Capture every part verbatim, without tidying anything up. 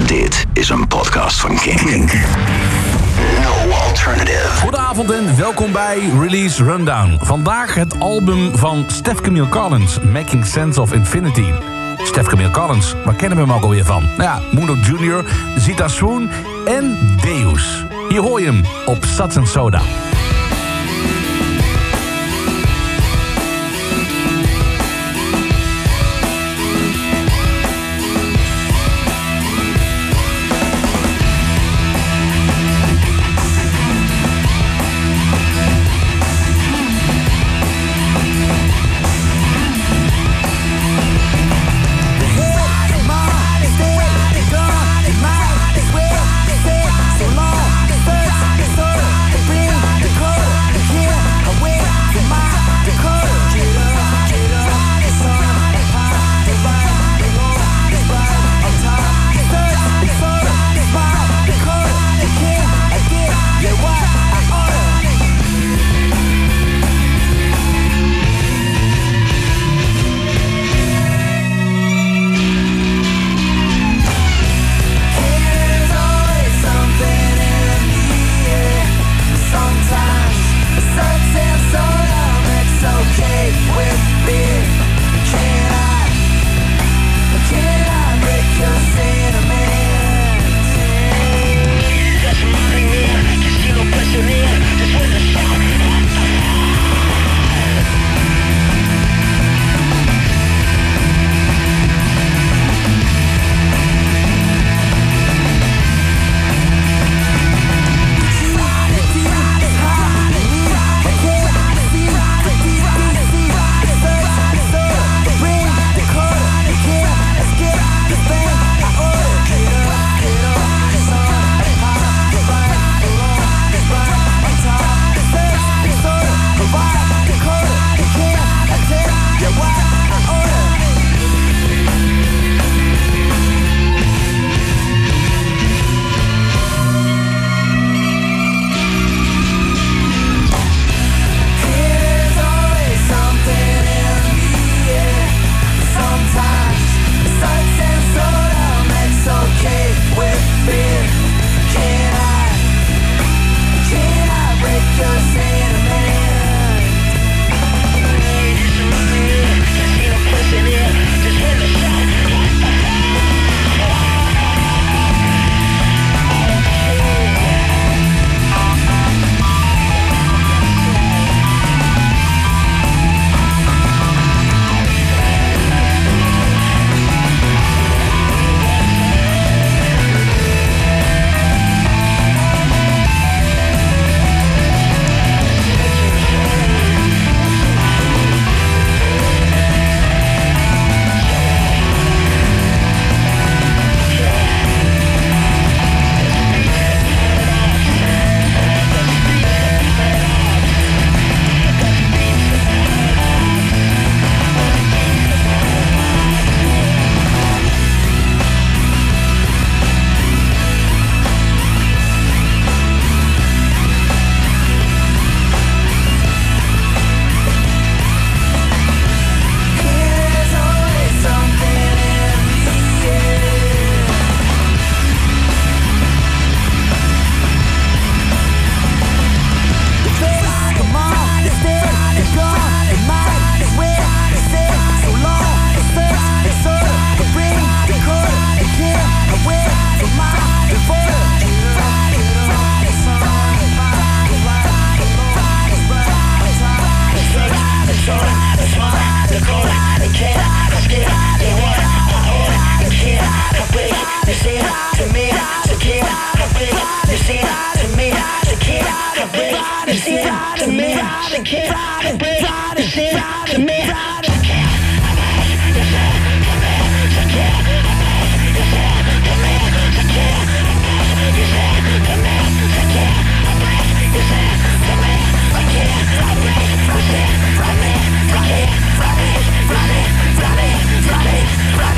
Dit is een podcast van Kink. No alternative. Goedenavond en welkom bij Release Rundown. Vandaag het album van Steph Camille Collins, Making Sense of Infinity. Steph Camille Collins, waar kennen we hem ook alweer van? Nou ja, Moondog junior, Zita Swoon en Deus. Hier hoor je hem op Sats en Soda.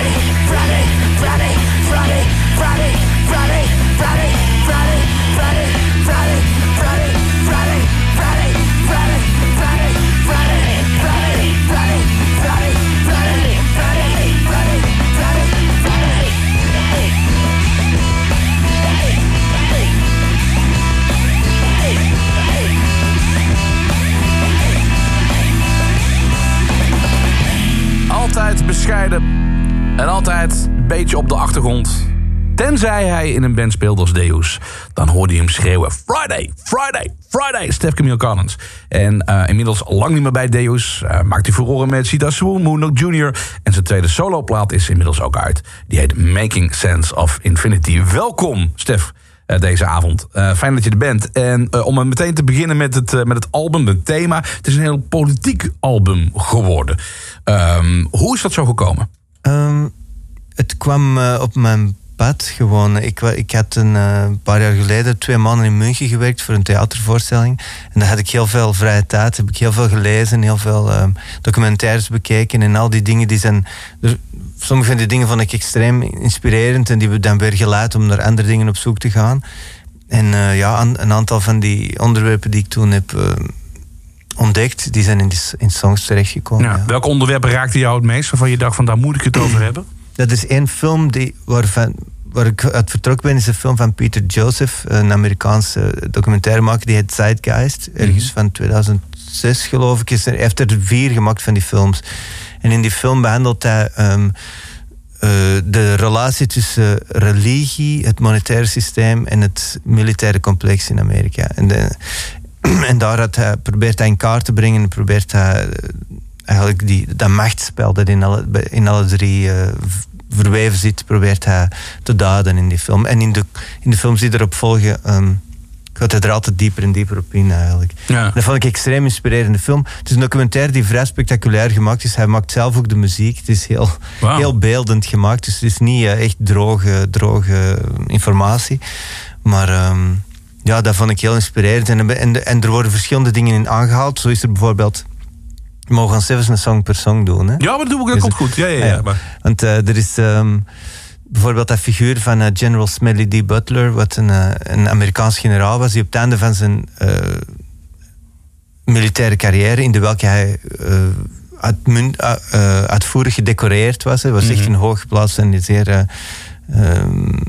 Friday, Friday, Friday, Friday, Friday, Friday, En altijd een beetje op de achtergrond. Tenzij hij in een band speelde als Deus. Dan hoorde je hem schreeuwen: Friday, Friday, Friday, Stef Camille Collins. En uh, inmiddels lang niet meer bij Deus. Uh, maakt hij furoren met Sita Swoon, Moondog junior En zijn tweede soloplaat is inmiddels ook uit. Die heet Making Sense of Infinity. Welkom, Stef, uh, deze avond. Uh, fijn dat je er bent. En uh, om meteen te beginnen met het, uh, met het album, het thema. Het is een heel politiek album geworden. Um, hoe is dat zo gekomen? Um, het kwam uh, op mijn pad gewoon. Ik, ik had een uh, paar jaar geleden twee maanden in München gewerkt voor een theatervoorstelling. En daar had ik heel veel vrije tijd. Heb ik heel veel gelezen, heel veel uh, documentaires bekeken. En al die dingen die zijn... Er, sommige van die dingen vond ik extreem inspirerend. En die hebben dan weer geleid om naar andere dingen op zoek te gaan. En uh, ja, een aantal van die onderwerpen die ik toen heb uh, ontdekt, die zijn in, die, in songs terechtgekomen. Ja, ja. Welke onderwerpen raakten jou het meest? Waarvan je dacht van daar moet ik het over hebben? Dat is één film die, waarvan, waar ik uit vertrokken ben, is een film van Peter Joseph, een Amerikaanse documentairemaker, die heet Zeitgeist, ergens mm-hmm. van tweeduizend zes geloof ik. Is er, hij heeft er vier gemaakt van die films. En in die film behandelt hij um, uh, de relatie tussen religie, het monetaire systeem en het militaire complex in Amerika. En, de, en daar had hij, probeert hij in kaart te brengen en probeert hij eigenlijk die, dat machtsspel dat in alle, in alle drie uh, verweven zit, probeert hij te duiden in die film. En in de, in de films die erop volgen, um, gaat hij er altijd dieper en dieper op in eigenlijk. Ja. Dat vond ik een extreem inspirerende film. Het is een documentaire die vrij spectaculair gemaakt is. Hij maakt zelf ook de muziek. Het is heel, wow. heel beeldend gemaakt. Dus het is niet uh, echt droge, droge informatie. Maar um, ja, dat vond ik heel inspirerend. En, en, en er worden verschillende dingen in aangehaald. Zo is er bijvoorbeeld... We mogen zelfs een song per song doen. Hè? Ja, maar dat doen we, dat komt goed. Ja, ja, ja, ja. Maar... Want uh, er is um, bijvoorbeeld dat figuur van uh, General Smedley D. Butler, wat een, uh, een Amerikaans generaal was, die op het einde van zijn uh, militaire carrière, in de welke hij uh, uitmunt, uh, uh, uitvoerig gedecoreerd was. Hij was mm-hmm. echt een hooggeplaatste en zeer, uh, um,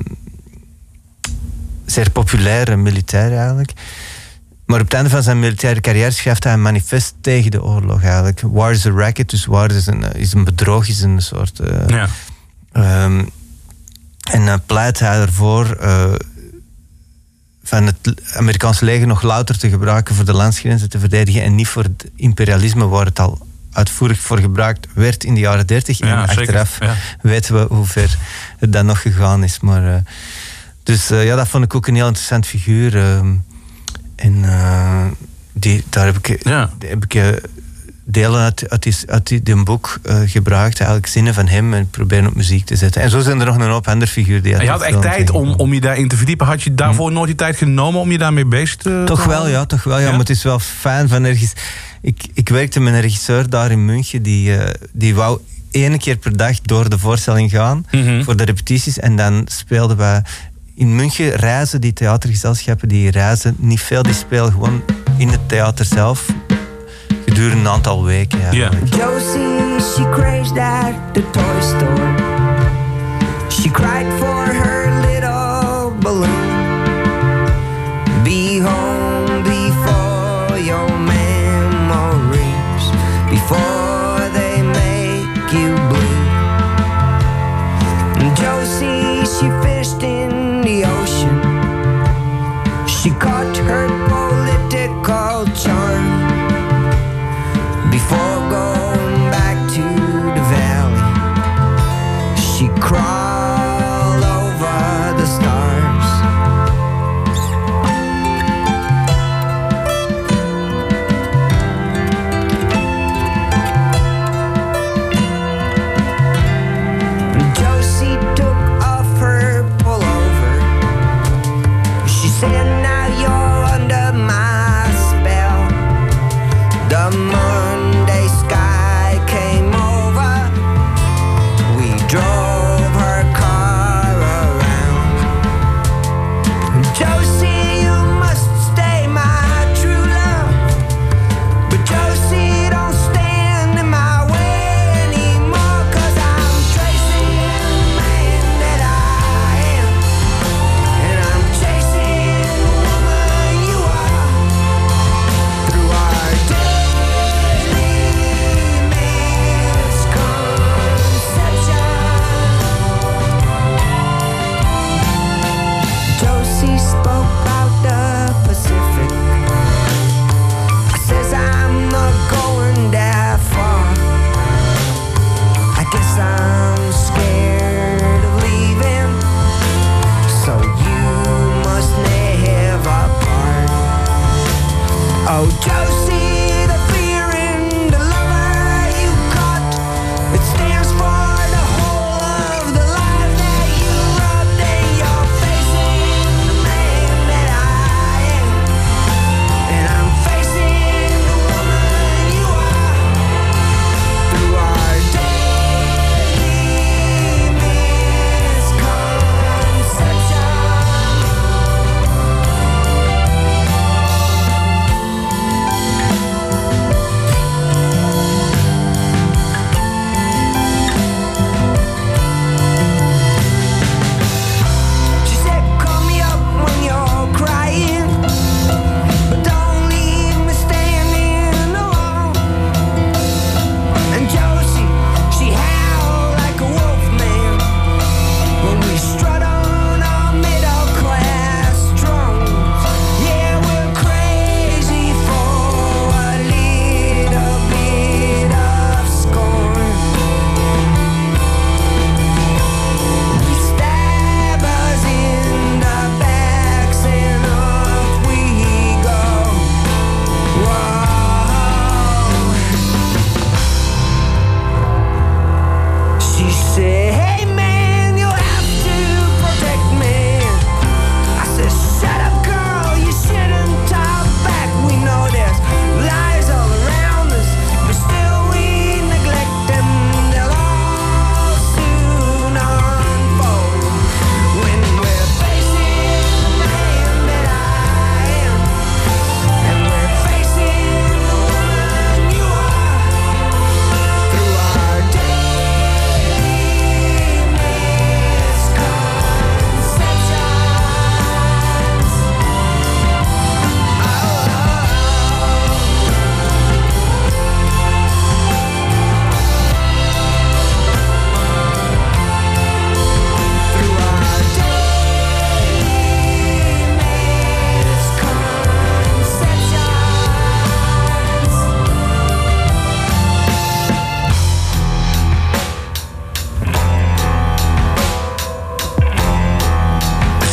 zeer populaire militair eigenlijk. Maar op het einde van zijn militaire carrière schrijft hij een manifest tegen de oorlog eigenlijk. War is a racket, dus war is een, is een bedrog, is een soort... Uh, ja. um, en uh, pleit hij ervoor uh, van het Amerikaanse leger nog louter te gebruiken voor de landsgrenzen te verdedigen en niet voor het imperialisme waar het al uitvoerig voor gebruikt werd in de jaren dertig. Ja, en achteraf ja. weten we hoe ver het dan nog gegaan is. Maar, uh, dus uh, ja, dat vond ik ook een heel interessant figuur. Uh, En uh, die, daar heb ik, ja. heb ik uh, delen uit, uit, die, uit die, die boek uh, gebruikt, eigenlijk zinnen van hem en proberen op muziek te zetten. En zo zijn er nog een hoop andere figuren die... Je had echt tijd om, om je daarin te verdiepen. Had je daarvoor hmm. nooit die tijd genomen om je daarmee bezig te... Toch te wel, ja, toch wel. Ja, ja. Maar het is wel fijn van ergens... Ik, ik werkte met een regisseur daar in München, die, uh, die wou één keer per dag door de voorstelling gaan, mm-hmm. voor de repetities, en dan speelden we... In München reizen die theatergezelschappen, die reizen niet veel, die spelen gewoon in het theater zelf gedurende een aantal weken. Ja. Yeah. Josie, she crashed at the toy store. She cried for her little balloon. Be home before your memories, before they make you blue. Josie, she fished in the ocean. She caught her political charm before going back to the valley. She crawled over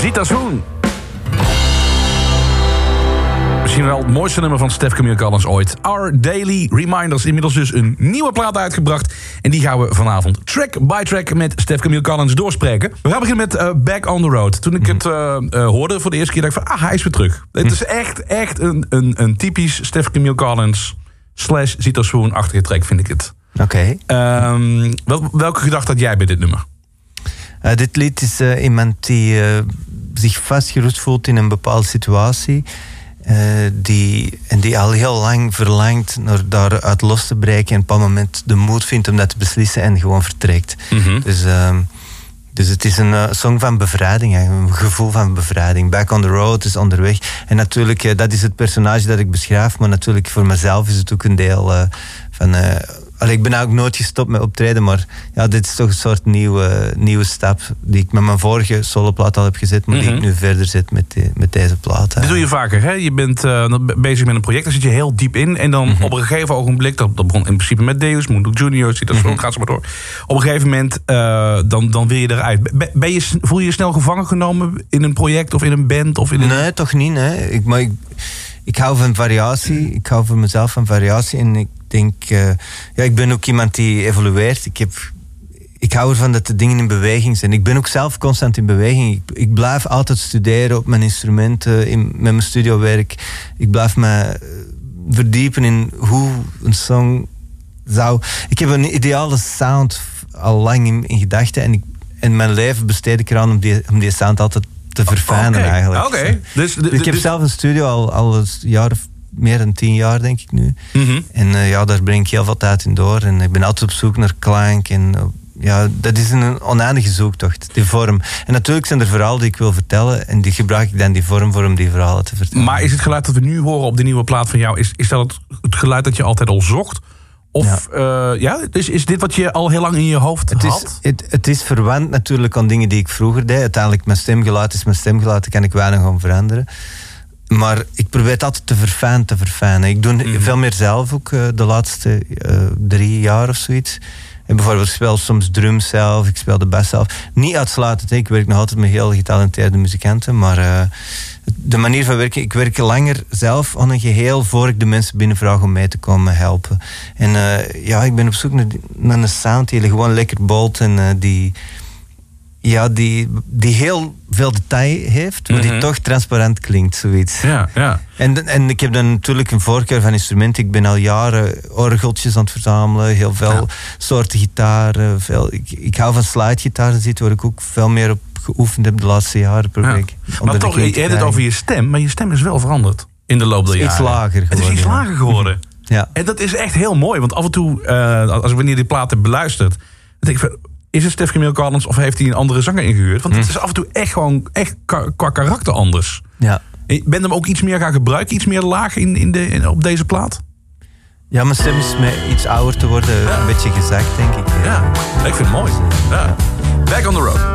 Zita Swoon. Misschien wel het mooiste nummer van Stef Camille Collins ooit. Our Daily Reminders. Inmiddels dus een nieuwe plaat uitgebracht. En die gaan we vanavond track by track met Stef Camille Collins doorspreken. We gaan beginnen met uh, Back on the Road. Toen ik het uh, uh, hoorde voor de eerste keer, dacht ik van, ah, hij is weer terug. Het is echt, echt een, een, een typisch Stef Camille Collins slash Zita Swoon-achtige track, vind ik het. Oké. Okay. Um, wel, welke gedachte had jij bij dit nummer? Uh, dit lied is uh, iemand die uh, zich vastgeroest voelt in een bepaalde situatie. Uh, die, en die al heel lang verlangt naar daaruit los te breken. En op een moment de moed vindt om dat te beslissen en gewoon vertrekt. Mm-hmm. Dus, uh, dus het is een uh, song van bevrijding, een gevoel van bevrijding. Back on the road is onderweg. En natuurlijk, uh, dat is het personage dat ik beschrijf. Maar natuurlijk voor mezelf is het ook een deel uh, van... Uh, Allee, ik ben eigenlijk nooit gestopt met optreden, maar ja, dit is toch een soort nieuwe, nieuwe stap die ik met mijn vorige soloplaat al heb gezet, maar mm-hmm. die ik nu verder zet met, die, met deze plaat. Dit doe je vaker, hè? Je bent uh, bezig met een project, daar zit je heel diep in en dan mm-hmm. op een gegeven ogenblik, dat, dat begon in principe met Deus, Moondog Junior, ziet dat mm-hmm. gaat ze maar door. Op een gegeven moment, uh, dan, dan wil je eruit. Ben je, voel je je snel gevangen genomen in een project of in een band? Of in een... Nee, toch niet. Nee. Ik, maar ik, ik hou van variatie, ik hou voor mezelf van variatie en ik denk, uh, ja, ik ben ook iemand die evolueert. Ik, heb, ik hou ervan dat de dingen in beweging zijn. Ik ben ook zelf constant in beweging. Ik, ik blijf altijd studeren op mijn instrumenten, in, met mijn studiowerk. Ik blijf me verdiepen in hoe een song zou... Ik heb een ideale sound al lang in, in gedachten en, ik, en mijn leven besteed ik eraan om die, om die sound altijd te verfijnen. Okay. Eigenlijk. Okay. Dus, dus ik heb dus... zelf een studio al, al een jaar of meer dan tien jaar, denk ik nu. Mm-hmm. En uh, ja, daar breng ik heel veel tijd in door. En ik ben altijd op zoek naar klank. En uh, ja, dat is een oneindige zoektocht, die vorm. En natuurlijk zijn er verhalen die ik wil vertellen. En die gebruik ik dan die vorm voor om die verhalen te vertellen. Maar is het geluid dat we nu horen op de nieuwe plaat van jou... is, is dat het, het geluid dat je altijd al zocht? Of ja, uh, ja dus is dit wat je al heel lang in je hoofd het had? Is, het, het is verwant natuurlijk aan dingen die ik vroeger deed. Uiteindelijk, mijn stemgeluid is mijn stemgeluid. Daar kan ik weinig aan veranderen. Maar ik probeer het altijd te verfijnen, te verfijnen. Ik doe mm-hmm. veel meer zelf ook uh, de laatste uh, drie jaar of zoiets. En bijvoorbeeld, ik speel soms drums zelf, ik speel de bass zelf. Niet uitsluitend, ik werk nog altijd met heel getalenteerde muzikanten, maar uh, de manier van werken, ik werk langer zelf aan een geheel voor ik de mensen binnenvraag om mee te komen helpen. En uh, ja, ik ben op zoek naar, naar een sound die gewoon lekker bolt en uh, die... Ja, die, die heel veel detail heeft, maar mm-hmm. die toch transparant klinkt, zoiets. Ja, ja. En, en ik heb dan natuurlijk een voorkeur van instrumenten. Ik ben al jaren orgeltjes aan het verzamelen, heel veel ja. soorten gitaren. Veel, ik, ik hou van slidegitaren, waar ik ook veel meer op geoefend heb de laatste jaren. Ja. Ik, maar toch, je hebt het over je stem, maar je stem is wel veranderd in de loop der jaren. Iets lager geworden. Het is iets ja. lager geworden. Ja. En dat is echt heel mooi, want af en toe, uh, als ik wanneer die plaat heb beluisterd, dan denk ik van, is het Stef Camille Collins of heeft hij een andere zanger ingehuurd? Want hm. het is af en toe echt gewoon echt qua, qua karakter anders. Ja. Ben je hem ook iets meer gaan gebruiken? Iets meer laag in, in de, in, op deze plaat? Ja, mijn stem is met iets ouder te worden. Ja. Een beetje gezakt, denk ik. Ja, ik vind het mooi. Ja. Back on the road.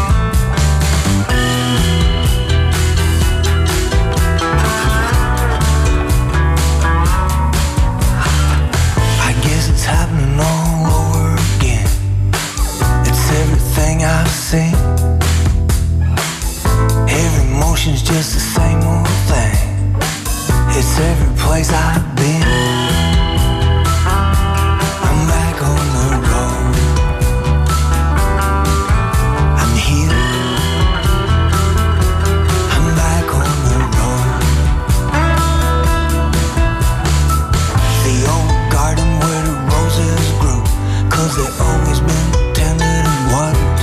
I guess it's happening all over again. It's everything I've seen. Every emotion's just the same old thing. It's every place I've been. I'm back on the road. I'm here. I'm back on the road. The old garden where the roses grew, 'cause they've always been tended and watered,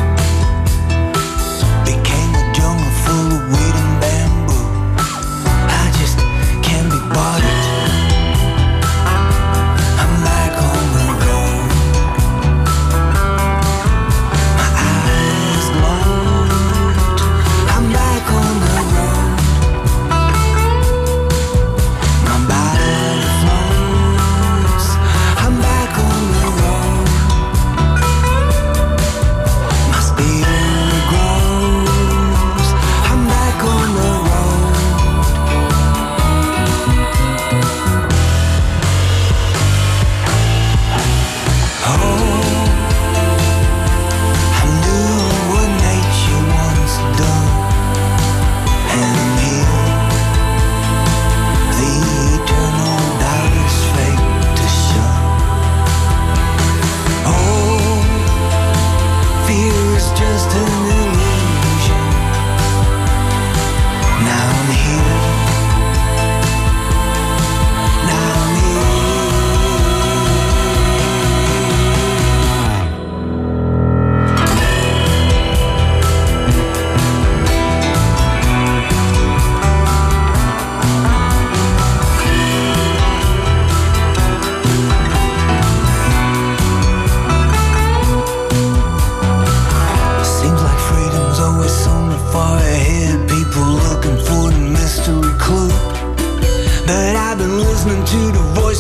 became a jungle full of weed and bamboo. I just can't be bothered.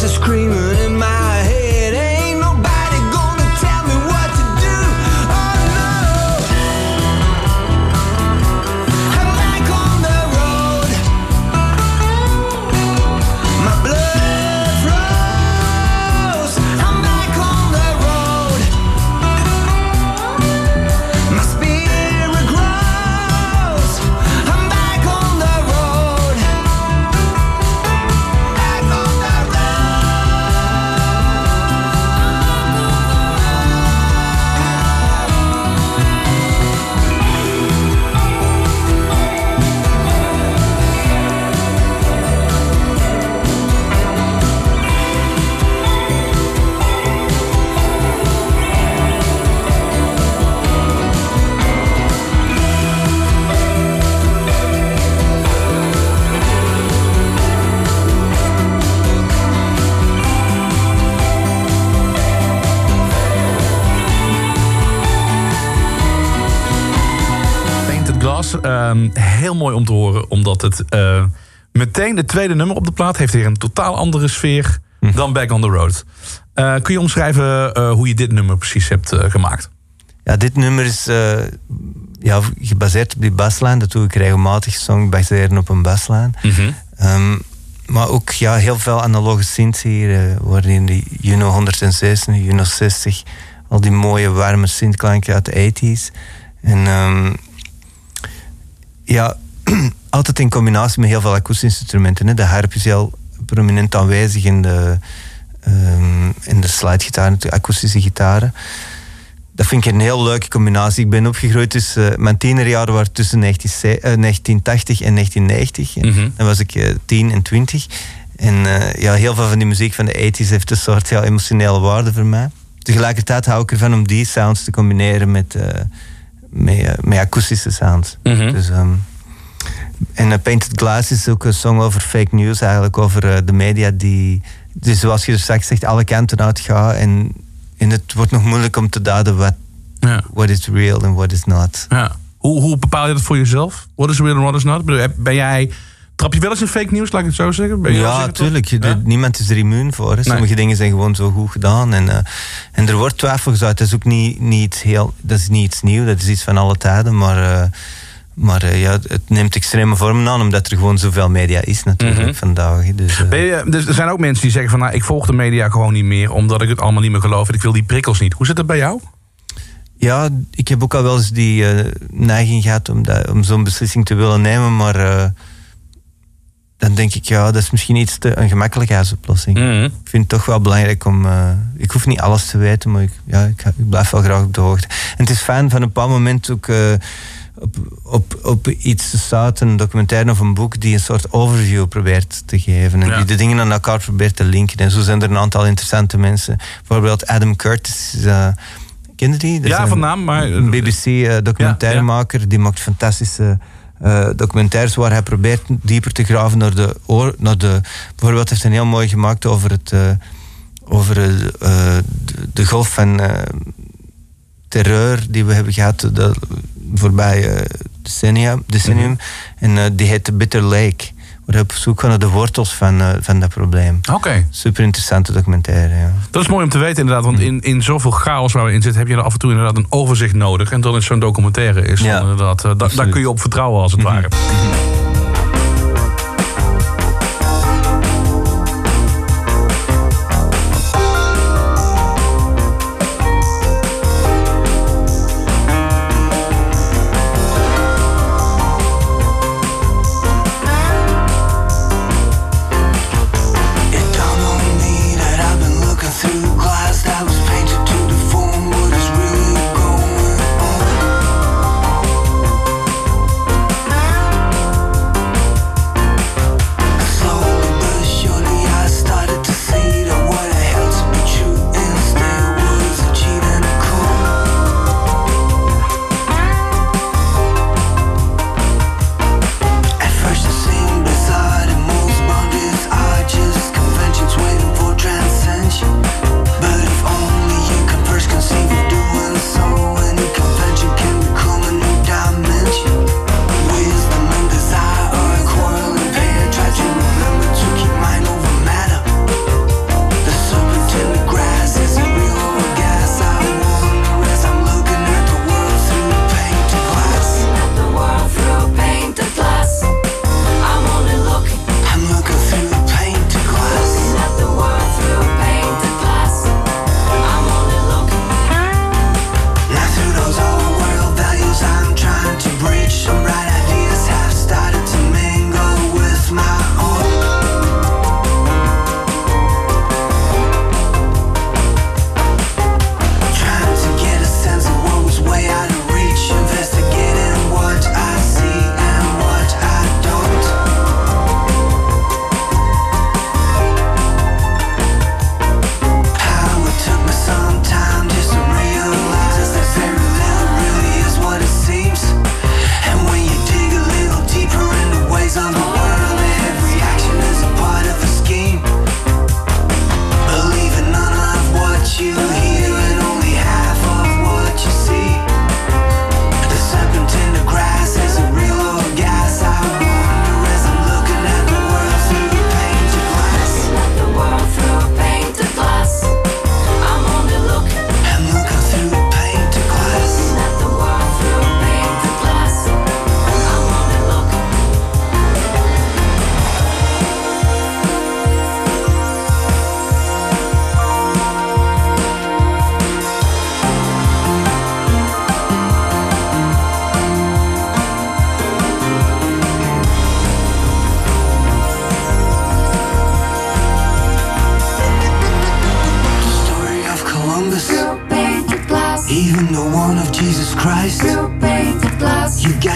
voices screaming in my head. Ain't nobody gonna tell me what to do. Oh no. I'm back on the road. My blood froze. I'm back on the road. My spirit grows. I'm back on the road. Back on the Painted Glass, um, heel mooi om te horen, omdat het uh, meteen het tweede nummer op de plaat heeft weer een totaal andere sfeer dan Back on the Road. Uh, kun je omschrijven uh, hoe je dit nummer precies hebt uh, gemaakt? Ja, dit nummer is uh, ja, gebaseerd op die baslijn. Dat doe ik regelmatig, song baseren op een baslijn. Mm-hmm. Um, maar ook ja, heel veel analoge synths hier, uh, waarin die Juno honderdzes, Juno zestig, al die mooie warme synthklanken uit de tachtiger. En um, ja, altijd in combinatie met heel veel akoestische instrumenten. Hè. De harp is heel prominent aanwezig in de, um, in de slidegitaren, de akoestische gitaren. Dat vind ik een heel leuke combinatie. Ik ben opgegroeid tussen... Uh, mijn tienerjaren waren tussen negentien tachtig en negentien negentig. Mm-hmm. Dan was ik uh, tien en twintig. En uh, ja, heel veel van die muziek van de tachtiger heeft een soort ja, emotionele waarde voor mij. Tegelijkertijd hou ik ervan om die sounds te combineren met, uh, met, uh, met akoestische sounds. Mm-hmm. Dus, um, en uh, Painted Glass is ook een song over fake news, eigenlijk over uh, de media die, dus zoals je er straks zegt, alle kanten uitgaan. En, en het wordt nog moeilijk om te duiden wat Ja. what is real en what is not. Ja. Hoe, hoe bepaal je dat voor jezelf? What is real en what is not? Ik bedoel, Ben jij... Trap je wel eens in fake nieuws, laat ik het zo zeggen? Ben je wel Ja, zeggen, tuurlijk. Je- Ja? Niemand is er immuun voor. Hè. Sommige Nee. dingen zijn gewoon zo goed gedaan. En, uh, en er wordt twijfel gezaaid. Dat is ook niet, niet, iets heel, dat is niet iets nieuws. Dat is iets van alle tijden. Maar, uh, maar uh, ja, het neemt extreme vormen aan. Omdat er gewoon zoveel media is natuurlijk Mhm. vandaag. Hè. Dus, uh, Ben je, dus er zijn ook mensen die zeggen van... Nou, ik volg de media gewoon niet meer... omdat ik het allemaal niet meer geloof... en ik wil die prikkels niet. Hoe zit dat bij jou? ja, ik heb ook al wel eens die uh, neiging gehad om, dat- om zo'n beslissing te willen nemen. Maar uh, dan denk ik, ja, dat is misschien iets te een gemakkelijkheidsoplossing. Mhm. Ik vind het toch wel belangrijk om... Uh, ik hoef niet alles te weten, maar ik, ja, ik, ik blijf wel graag op de hoogte. En het is fijn van een bepaald moment ook... Uh, op, op, op iets te starten, een documentaire of een boek... die een soort overview probeert te geven. En Ja. die de dingen aan elkaar probeert te linken. En zo zijn er een aantal interessante mensen. Bijvoorbeeld Adam Curtis... Uh, ken je die? Dat is Ja, een- van naam, maar... een B B C-documentairemaker. Die maakt fantastische uh, documentaires waar hij probeert dieper te graven naar de oor. Naar de, bijvoorbeeld heeft hij een heel mooi gemaakt over, het, uh, over uh, de, de golf van uh, terreur die we hebben gehad de voorbij uh, decennia, decennium. Mhm. En uh, die heet The Bitter Lake. Waar hij op zoek gaat naar de wortels van, uh, van dat probleem. Oké. Super interessante documentaire, ja. Dat is mooi om te weten inderdaad. Want in, in zoveel chaos waar we in zitten... heb je er af en toe inderdaad een overzicht nodig. En dan is zo'n documentaire is dan Ja, inderdaad... uh, da- daar kun je op vertrouwen als het ware. It dawned on me that I've been looking through glass that was painted to deform what is really going on.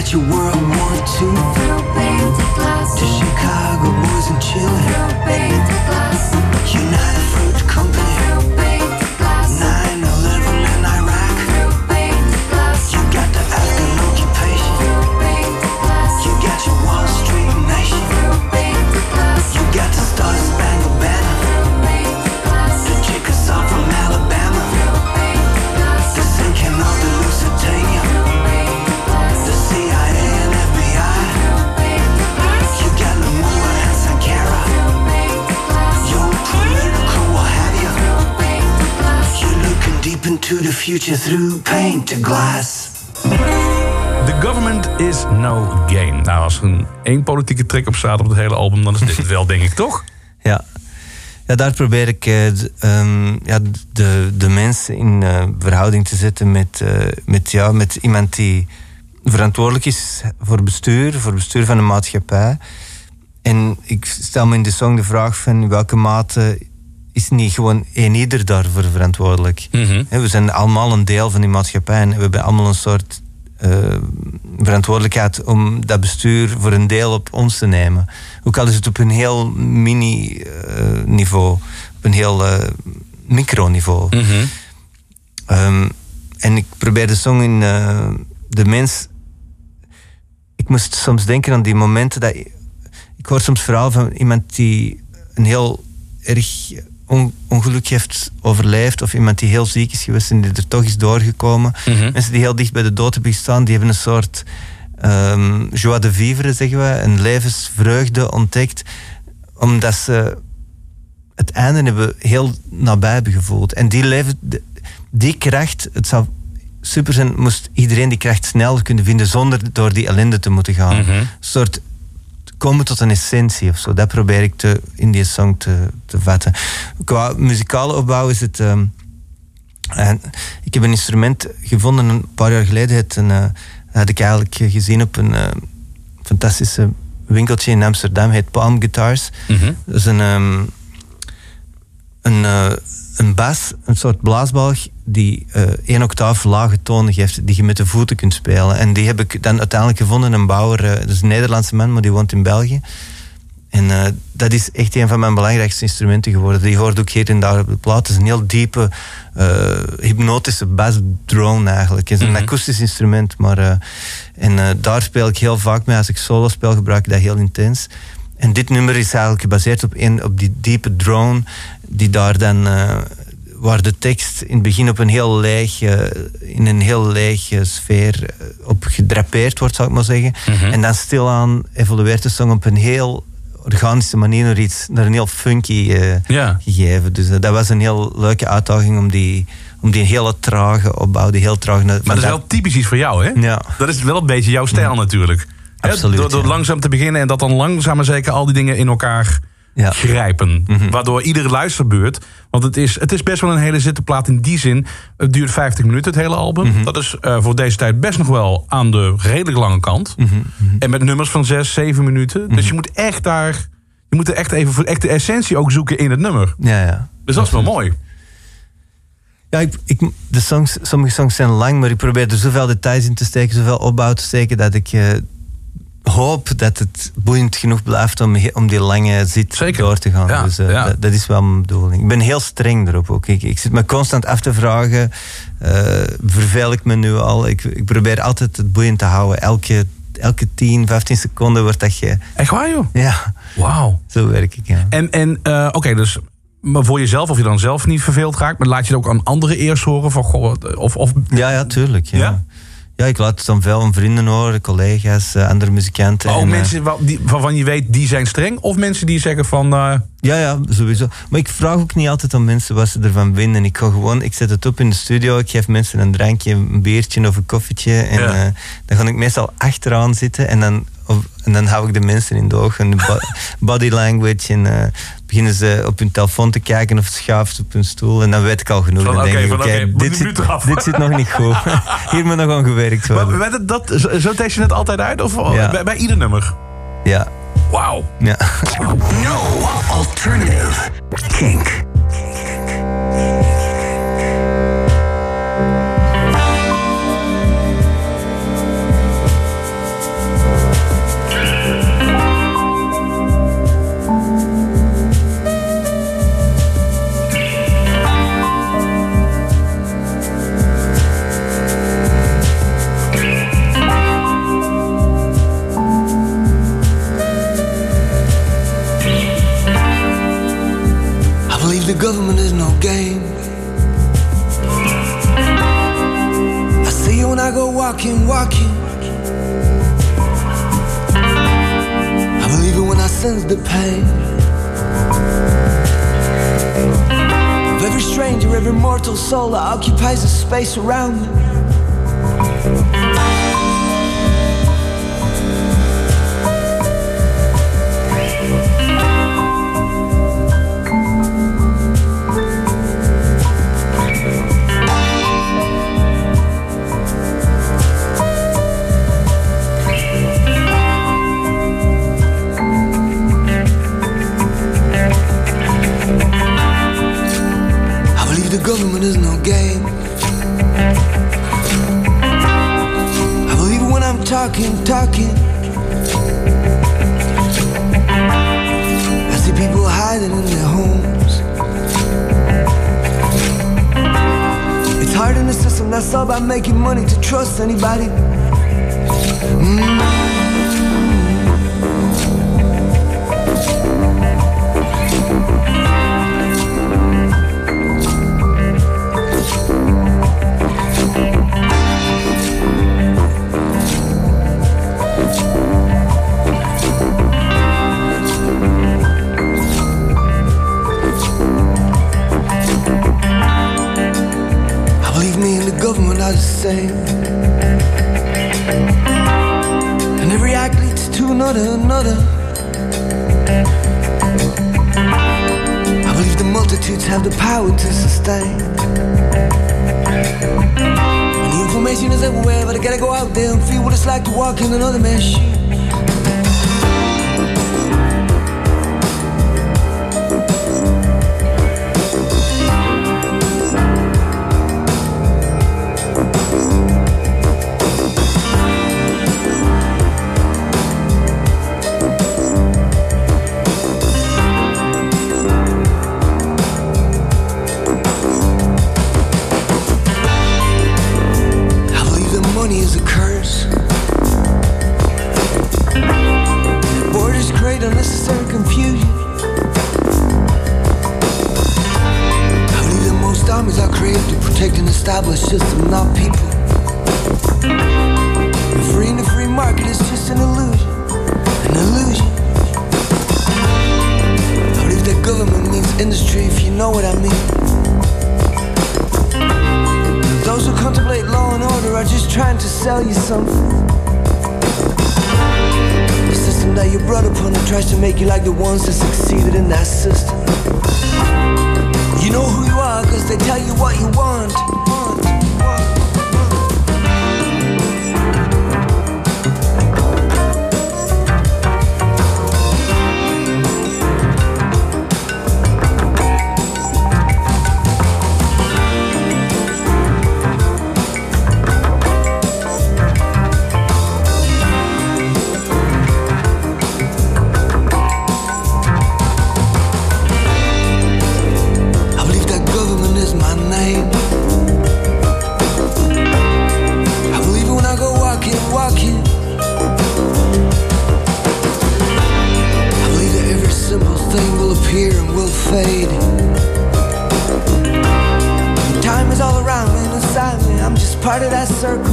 got your World War Two. To Chicago boys and Chile. United Fruit Company. nine eleven in Iraq. You got the Afghan occupation. You got your Wall Street nation. You got the Star Spangled Banner. The Chickasaw from Alabama. The sinking of the Lusitania. The C I A and F B I. You got Lamua and Sankara. Your political what have you. You're looking deep into the future through painted glass. The government is no game. Nou, als er een één politieke trick op staat op het hele album, dan is dit het wel, denk ik, toch? Ja. Ja, daar probeer ik uh, d- um, ja, de, de mensen in uh, verhouding te zetten met, uh, met, ja, met iemand die verantwoordelijk is voor bestuur, voor bestuur van de maatschappij. En ik stel me in de song de vraag van in welke mate is niet gewoon een ieder daarvoor verantwoordelijk. Mm-hmm. He, we zijn allemaal een deel van die maatschappij en we hebben allemaal een soort uh, verantwoordelijkheid om dat bestuur voor een deel op ons te nemen. Ook al is het op een heel mini-niveau, uh, op een heel uh, microniveau. Mm-hmm. Um, en ik probeer de song in uh, de mens. Ik moest soms denken aan die momenten dat. Ik hoor soms verhaal van iemand die een heel erg on- ongeluk heeft overleefd, of iemand die heel ziek is geweest en die er toch is doorgekomen. Mm-hmm. Mensen die heel dicht bij de dood hebben gestaan, die hebben een soort um, joie de vivre, zeggen we, een levensvreugde ontdekt, omdat ze het einde hebben heel nabij hebben gevoeld. En die leven, die kracht, het zou super zijn, moest iedereen die kracht snel kunnen vinden zonder door die ellende te moeten gaan. Mm-hmm. Een soort komen tot een essentie of zo. Dat probeer ik te, in die song te, te vatten. Qua muzikale opbouw is het. Um, en ik heb een instrument gevonden een paar jaar geleden. Het een, uh, had ik eigenlijk gezien op een uh, fantastische winkeltje in Amsterdam. Heet Palm Guitars. Mm-hmm. Dat is een, um, een, uh, een bas, een soort blaasbalg die uh, één octaaf lage tonen geeft, die je met de voeten kunt spelen. En die heb ik dan uiteindelijk gevonden, een bouwer, uh, dat is een Nederlandse man, maar die woont in België. En uh, dat is echt een van mijn belangrijkste instrumenten geworden. Die hoort ook hier en daar op de plaat. Het is een heel diepe, uh, hypnotische bassdrone eigenlijk. Het is een Mm-hmm. akoestisch instrument, maar uh, en uh, daar speel ik heel vaak mee. Als ik solo speel, gebruik ik dat heel intens. En dit nummer is eigenlijk gebaseerd op, een, op die diepe drone, die daar dan, uh, waar de tekst in het begin op een heel leeg, uh, in een heel leeg uh, sfeer uh, op gedrapeerd wordt, zou ik maar zeggen. Mm-hmm. En dan stilaan evolueert de song op een heel organische manier naar iets, naar een heel funky uh, Ja. gegeven. Dus uh, dat was een heel leuke uitdaging om die, om die hele trage opbouw, die heel trage. Maar dat is wel typisch iets voor jou, hè? Ja. Dat is wel een beetje jouw stijl natuurlijk. Hè, Absoluut, Door, door ja. langzaam te beginnen en dat dan langzaam maar zeker al die dingen in elkaar Ja. grijpen. Mhm. Waardoor iedere luisterbeurt... Want het is, het is best wel een hele zittenplaat in die zin. Het duurt vijftig minuten, het hele album. Mhm. Dat is uh, voor deze tijd best nog wel aan de redelijk lange kant. Mhm, mhm. En met nummers van zes, zeven minuten. Dus je moet echt daar... Je moet er echt even voor echt de essentie ook zoeken in het nummer. Ja, ja. Dus dat is wel mooi. Ja, ik, ik, de songs, sommige songs zijn lang, maar ik probeer er zoveel details in te steken, zoveel opbouw te steken, dat ik uh, hoop dat het boeiend genoeg blijft om, om die lange zit Zeker. door te gaan. Ja, dus uh, ja. dat, dat is wel mijn bedoeling. Ik ben heel streng erop ook. Ik, ik zit me constant af te vragen, uh, verveel ik me nu al? Ik, ik probeer altijd het boeiend te houden. Elke, elke tien, vijftien seconden wordt dat je... Echt waar, joh? Ja, Wauw. zo werk ik, ja. En, en uh, oké, okay, dus maar voor jezelf, of je dan zelf niet verveeld raakt... maar laat je het ook aan anderen eerst horen? Van, goh, of, of... Ja, ja, tuurlijk. Ja. Ja? Ja, ik laat het dan veel aan vrienden horen, collega's, uh, andere muzikanten. Oh, en, uh, mensen wa- die, waarvan je weet, die zijn streng? Of mensen die zeggen van... Uh, Ja, ja, sowieso. Maar ik vraag ook niet altijd aan mensen wat ze ervan vinden. Ik ga gewoon, ik zet het op in de studio, ik geef mensen een drankje, een biertje of een koffietje. En Ja. uh, dan ga ik meestal achteraan zitten en dan, of, en dan hou ik de mensen in de ogen. Bo- body language en uh, beginnen ze op hun telefoon te kijken of schuift op hun stoel. En dan weet ik al genoeg. Van, Dan oké, denk ik, van, oké, oké, moet dit, de zit, minuut eraf. dit zit nog niet goed. Hier moet nog aan gewerkt maar, worden. maar dat, dat, zo, zo test je het altijd uit? Of Ja. bij, bij ieder nummer? Ja, Wauw. ja. No alternative. Kink. no game. I see you when I go walking, walking. I believe it when I sense the pain of every stranger, every mortal soul that occupies the space around me. Government is no game. I believe it when I'm talking, talking. I see people hiding in their homes. It's hard in the system that's all about making money to trust anybody. Mm. Same. And every act leads to another, another. I believe the multitudes have the power to sustain. And the information is everywhere, but I gotta go out there and feel what it's like to walk in another man's shoes. Established system, not people. And free in the free market is just an illusion, an illusion. I believe that government means industry, if you know what I mean. Those who contemplate law and order are just trying to sell you something. The system that you brought upon and tries to make you like the ones that succeeded in that system. You know who you are, cause they tell you what you want. Part of that circle.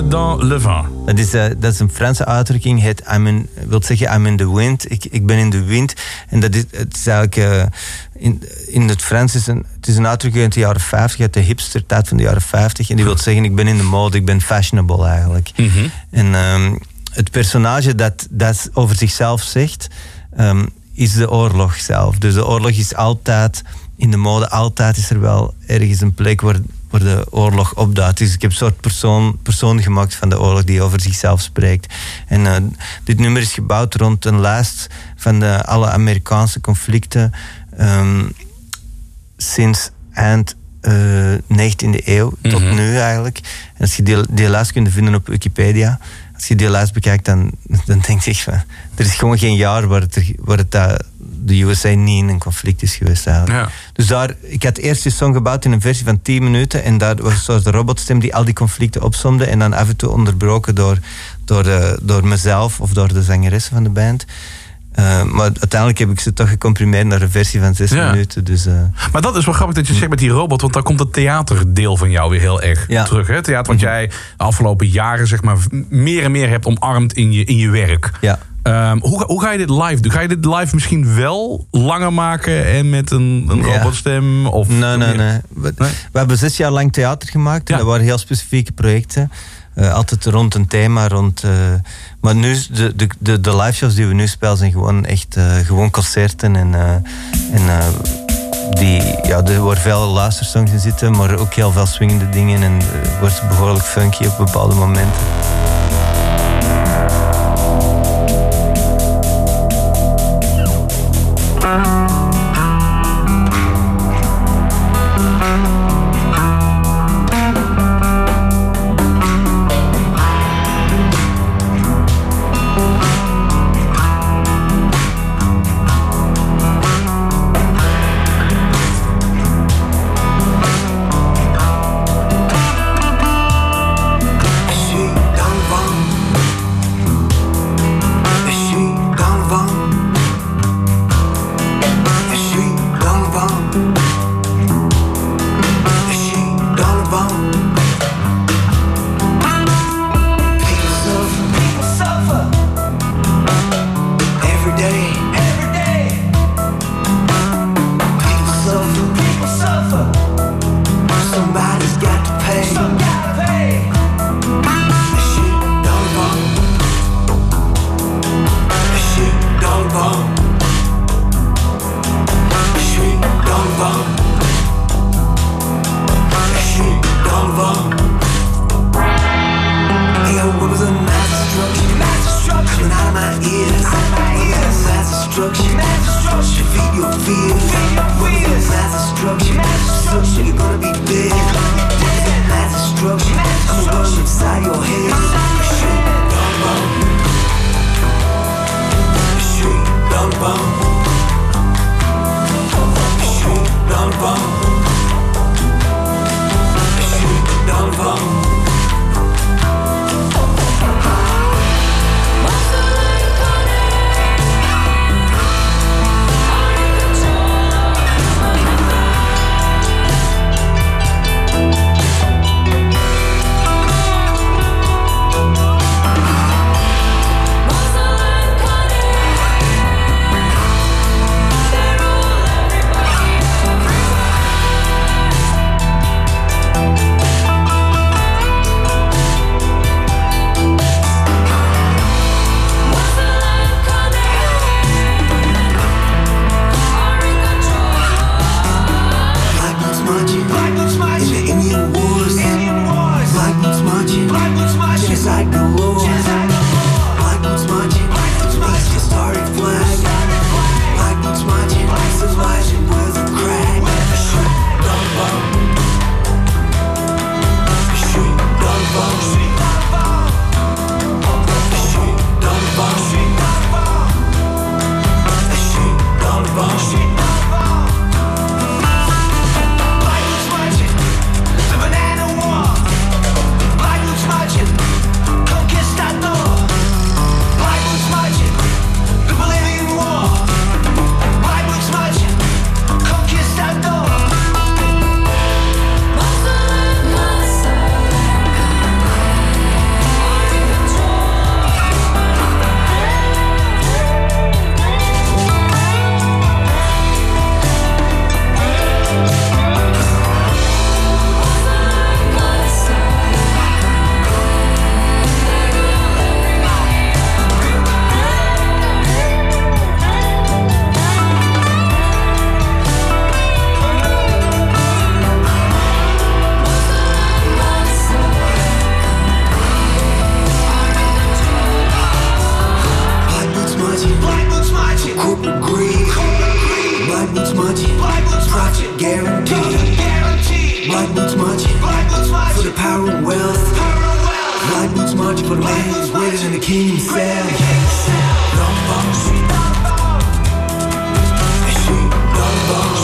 dans le vent. Dat is, uh, dat is een Franse uitdrukking. Het I'm in, wil zeggen I'm in the wind. Ik, ik ben in de wind. En dat is, het is eigenlijk... Uh, in, in het Frans is een, het is een uitdrukking uit de jaren vijftig, uit de hipster tijd van de jaren vijftig. En die wil zeggen, ik ben in de mode, ik ben fashionable eigenlijk. Mm-hmm. En um, het personage dat dat over zichzelf zegt, um, is de oorlog zelf. Dus de oorlog is altijd in de mode. Altijd is er wel ergens een plek waar... waar de oorlog opduidt. Dus ik heb een soort persoon, persoon gemaakt van de oorlog die over zichzelf spreekt. En uh, dit nummer is gebouwd rond een lijst van de, alle Amerikaanse conflicten um, sinds eind uh, negentiende eeuw tot mm-hmm. nu eigenlijk. En als je die, die lijst kunt vinden op Wikipedia, als je die lijst bekijkt, dan, dan denk je van, er is gewoon geen jaar waar het, er, waar het uh, de U S A niet in een conflict is geweest eigenlijk. Ja. Dus daar, ik had eerst die song gebouwd in een versie van tien minuten en daar was een soort robotstem die al die conflicten opsomde en dan af en toe onderbroken door, door, uh, door mezelf of door de zangeressen van de band. Uh, maar uiteindelijk heb ik ze toch gecomprimeerd naar een versie van zes ja. minuten. Dus, uh... Maar dat is wel grappig dat je zegt met die robot, want daar komt het theaterdeel van jou weer heel erg ja. terug. Hè? Theater wat mm-hmm. jij de afgelopen jaren zeg maar, meer en meer hebt omarmd in je, in je werk. Ja. Um, hoe, hoe ga je dit live doen? Ga je dit live misschien wel langer maken en met een, een ja. robotstem? Of nee, nee, nee. We, nee. we hebben zes jaar lang theater gemaakt. En ja. dat waren heel specifieke projecten. Uh, altijd rond een thema. Rond, uh, maar nu, de, de, de, de live shows die we nu spelen zijn gewoon echt uh, gewoon concerten. En, uh, en uh, die, ja, er worden veel luistersongs in zitten, maar ook heel veel swingende dingen. En uh, wordt behoorlijk funky op bepaalde momenten. corporate greed. Black boots munching, profit guaranteed. Black boots munching, for the power and wealth. Black boots munching for the man who's greater than the king himself. Dumbo, she Dumbo.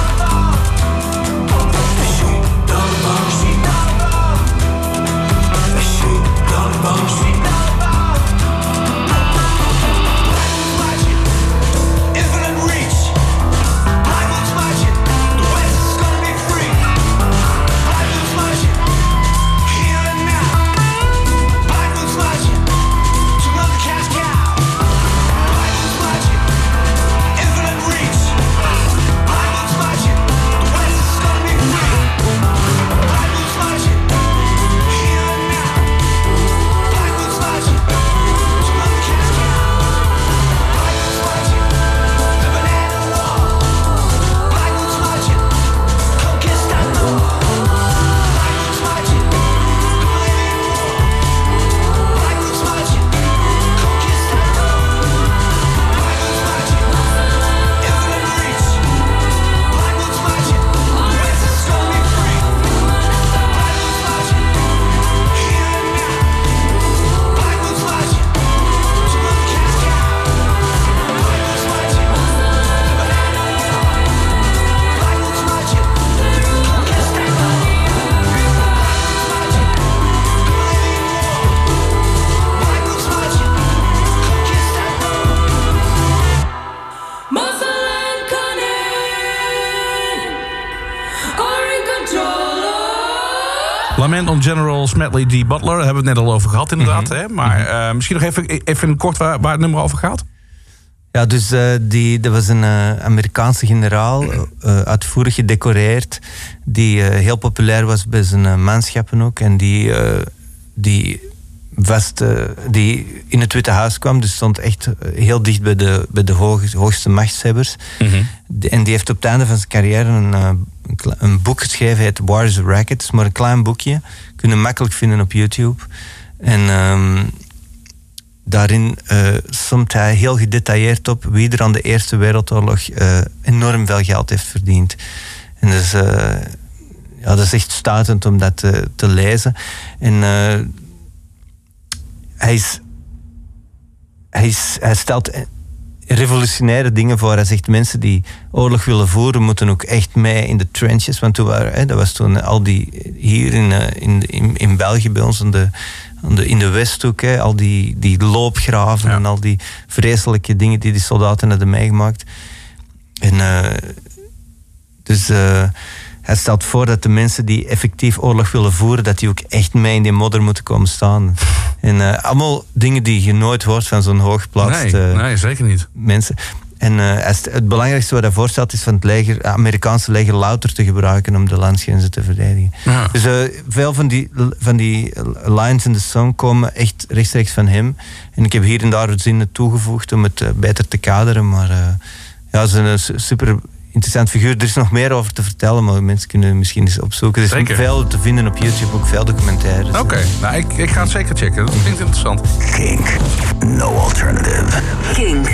Lament on General Smedley D. Butler, daar hebben we het net al over gehad inderdaad. Mm-hmm. Hè? Maar uh, misschien nog even, even kort waar, waar het nummer over gaat. Ja, dus uh, die, dat was een uh, Amerikaanse generaal, uh, uitvoerig gedecoreerd, die uh, heel populair was bij zijn uh, manschappen ook. En die, uh, die, vast, uh, die in het Witte Huis kwam, dus stond echt heel dicht bij de, bij de hoog, hoogste machtshebbers. Mm-hmm. De, en die heeft op het einde van zijn carrière een, uh, een, een boek geschreven, het War is a Racket. Het is maar een klein boekje, kun je makkelijk vinden op YouTube. En um, daarin uh, somt hij heel gedetailleerd op wie er aan de Eerste Wereldoorlog uh, enorm veel geld heeft verdiend. En dus, uh, ja, dat is echt stuitend om dat uh, te lezen. En uh, hij, is, hij, is, hij stelt revolutionaire dingen voor. Hij zegt, mensen die oorlog willen voeren moeten ook echt mee in de trenches. Want toen waren, hè, dat was toen al die hier in, uh, in, in, in België bij ons in de, in de Westhoek, hè, al die, die loopgraven ja. en al die vreselijke dingen die die soldaten hadden meegemaakt. En uh, dus uh, hij stelt voor dat de mensen die effectief oorlog willen voeren, dat die ook echt mee in die modder moeten komen staan. En uh, allemaal dingen die je nooit hoort van zo'n hooggeplaatst nee, uh, nee, zeker niet. mensen. En uh, het belangrijkste wat hij voorstelt is van het leger, het Amerikaanse leger louter te gebruiken om de landsgrenzen te verdedigen. Ja. Dus uh, veel van die, van die lines in de song komen echt rechtstreeks van hem. En ik heb hier en daar zinnen toegevoegd om het uh, beter te kaderen. Maar uh, ja, het is een super interessant figuur. Er is nog meer over te vertellen, maar mensen kunnen misschien eens opzoeken. Er is zeker veel te vinden op YouTube, ook veel documentaires. Oké, okay. nou, ik, ik ga het zeker checken. Dat klinkt interessant. Kink, no alternative. Kink.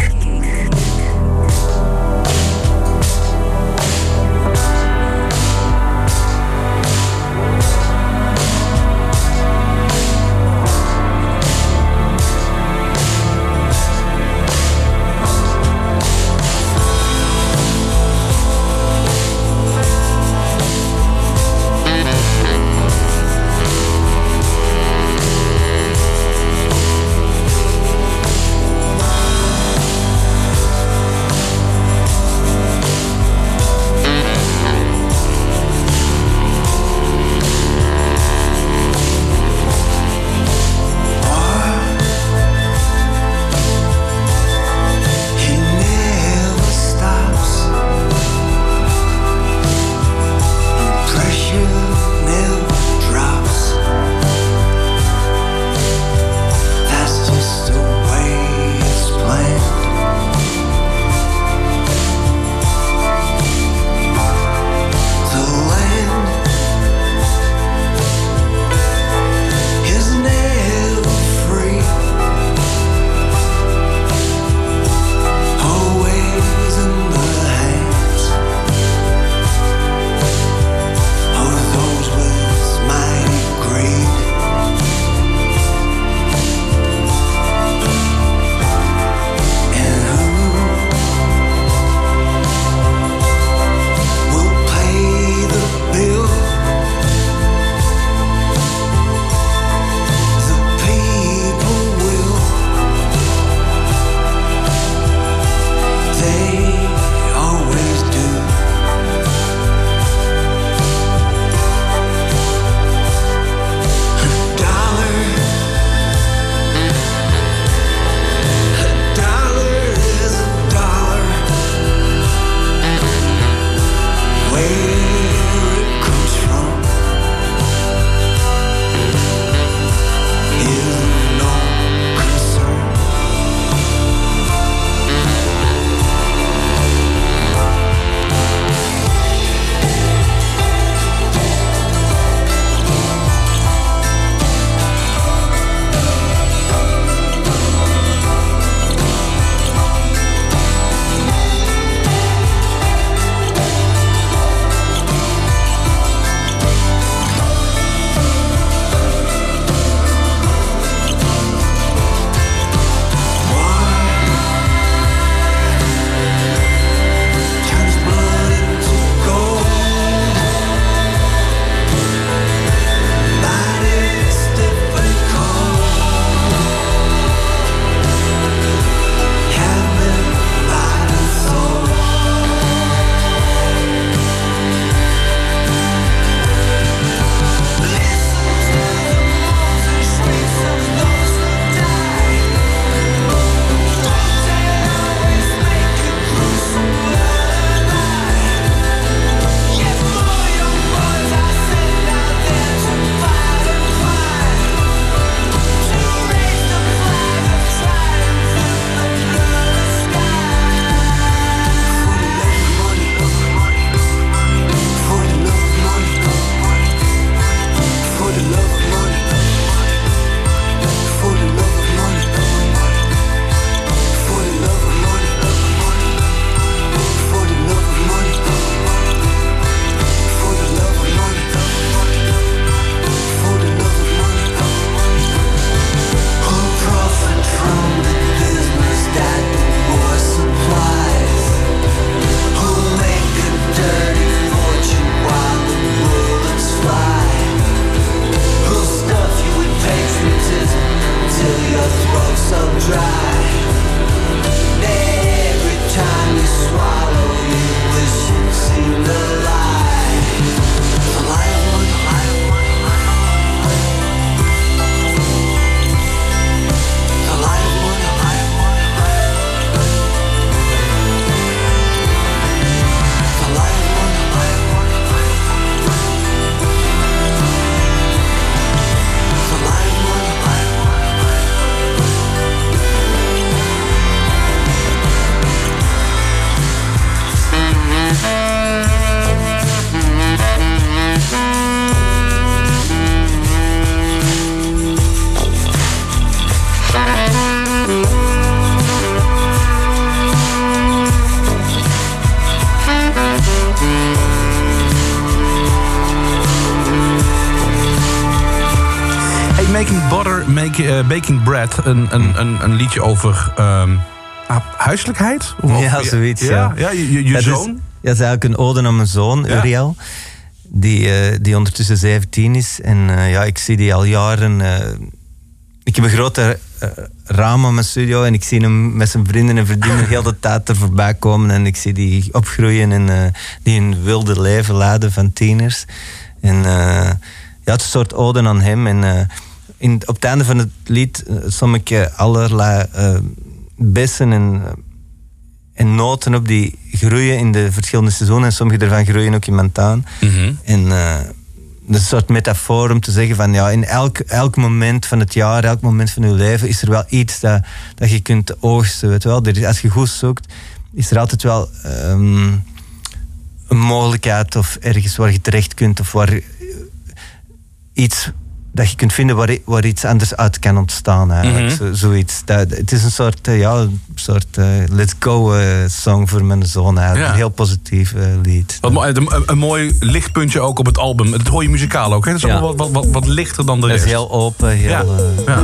Make, uh, Baking Bread, een, een, een, een liedje over um, huiselijkheid? Of, ja, zoiets. Ja, ja. ja je, je, je ja, zoon? Dus, ja, dat is eigenlijk een ode aan mijn zoon, ja. Uriel. Die, uh, die ondertussen zeventien is. En uh, ja, ik zie die al jaren... Uh, ik heb een grote uh, raam aan mijn studio en ik zie hem met zijn vrienden en vriendinnen heel de tijd er voorbij komen. En ik zie die opgroeien en uh, die een wilde leven leiden van tieners. En uh, ja, het is een soort ode aan hem. En uh, in, op het einde van het lied uh, som ik uh, allerlei uh, bessen en, en noten op die groeien in de verschillende seizoenen. En sommige daarvan groeien ook in mijn tuin. Mm-hmm. En uh, dat is een soort metafoor om te zeggen van ja, in elk, elk moment van het jaar, elk moment van je leven is er wel iets dat, dat je kunt oogsten. Weet wel? Er, als je goed zoekt, is er altijd wel um, een mogelijkheid of ergens waar je terecht kunt of waar iets dat je kunt vinden waar, waar iets anders uit kan ontstaan. Eigenlijk. Mm-hmm. Zo, zoiets. Dat, het is een soort, uh, ja, een soort uh, let's go uh, song voor mijn zoon. Ja. Een heel positief uh, lied. Wat mooi, een, een, een mooi lichtpuntje ook op het album. Dat hoor je muzikaal ook. Hè? Dat is ja. wat, wat, wat, wat lichter dan de rest. Het is heel open. Heel, ja. Uh, ja.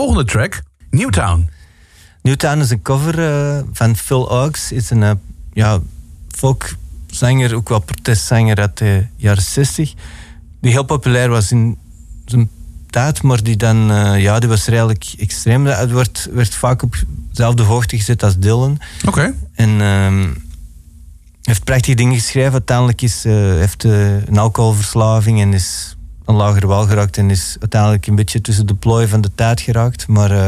volgende track, Newtown. Newtown is een cover uh, van Phil Ochs. Is een uh, ja, folkzanger, ook wel protestzanger uit de jaren zestig. Die heel populair was in zijn tijd, maar die dan, uh, ja, die was redelijk extreem. Het werd, werd vaak op dezelfde hoogte gezet als Dylan. Oké. Okay. En uh, heeft prachtige dingen geschreven. Uiteindelijk is, uh, heeft uh, een alcoholverslaving en is een lager wal geraakt en is uiteindelijk een beetje tussen de plooi van de tijd geraakt. Maar uh,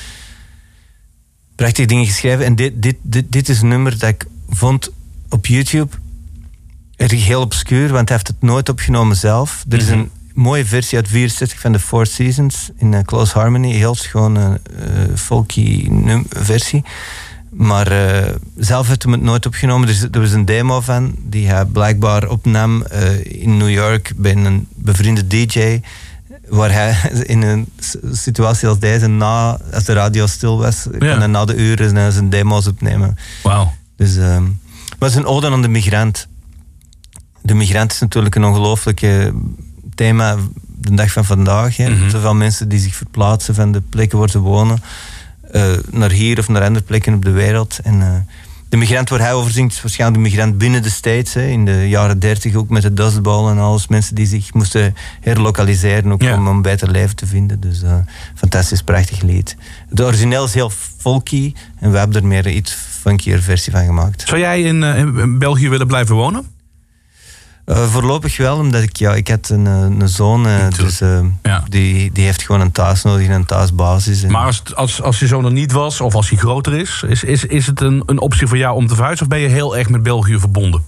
prachtige dingen geschreven. En dit, dit, dit, dit is een nummer dat ik vond op YouTube erg heel obscuur, want hij heeft het nooit opgenomen zelf. Er is Mm-hmm. een mooie versie uit vierenzestig van The Four Seasons in uh, Close Harmony. Heel schone, uh, folky num- versie. Maar uh, zelf heeft hij het nooit opgenomen. Er, is, er was een demo van die hij blijkbaar opnam uh, in New York bij een bevriende D J. Waar hij in een situatie als deze, na, als de radio stil was, Ja. kon hij na de uren uh, zijn demo's opnemen. Wauw. Dus, uh, maar het is een ode aan de migrant. De migrant is natuurlijk een ongelooflijk thema de dag van vandaag. Hè. Mm-hmm. Zoveel mensen die zich verplaatsen van de plekken waar ze wonen uh, naar hier of naar andere plekken op de wereld. En uh, de migrant waar hij over zingt is waarschijnlijk de migrant binnen de States. Hè. In de jaren dertig ook met de Dust Bowl en alles. Mensen die zich moesten herlokaliseren ook Ja. om een beter leven te vinden. Dus uh, fantastisch, prachtig lied. Het origineel is heel folky en we hebben er meer een iets funkier versie van gemaakt. Zou jij in, uh, in België willen blijven wonen? Uh, voorlopig wel, omdat ik, ja, ik had een, een zoon, uh, dus uh, Ja. die, die heeft gewoon een thuis nodig en een thuisbasis. En Maar als, als, als je zoon er niet was, of als hij groter is, is, is, is het een, een optie voor jou om te verhuizen? Of ben je heel erg met België verbonden?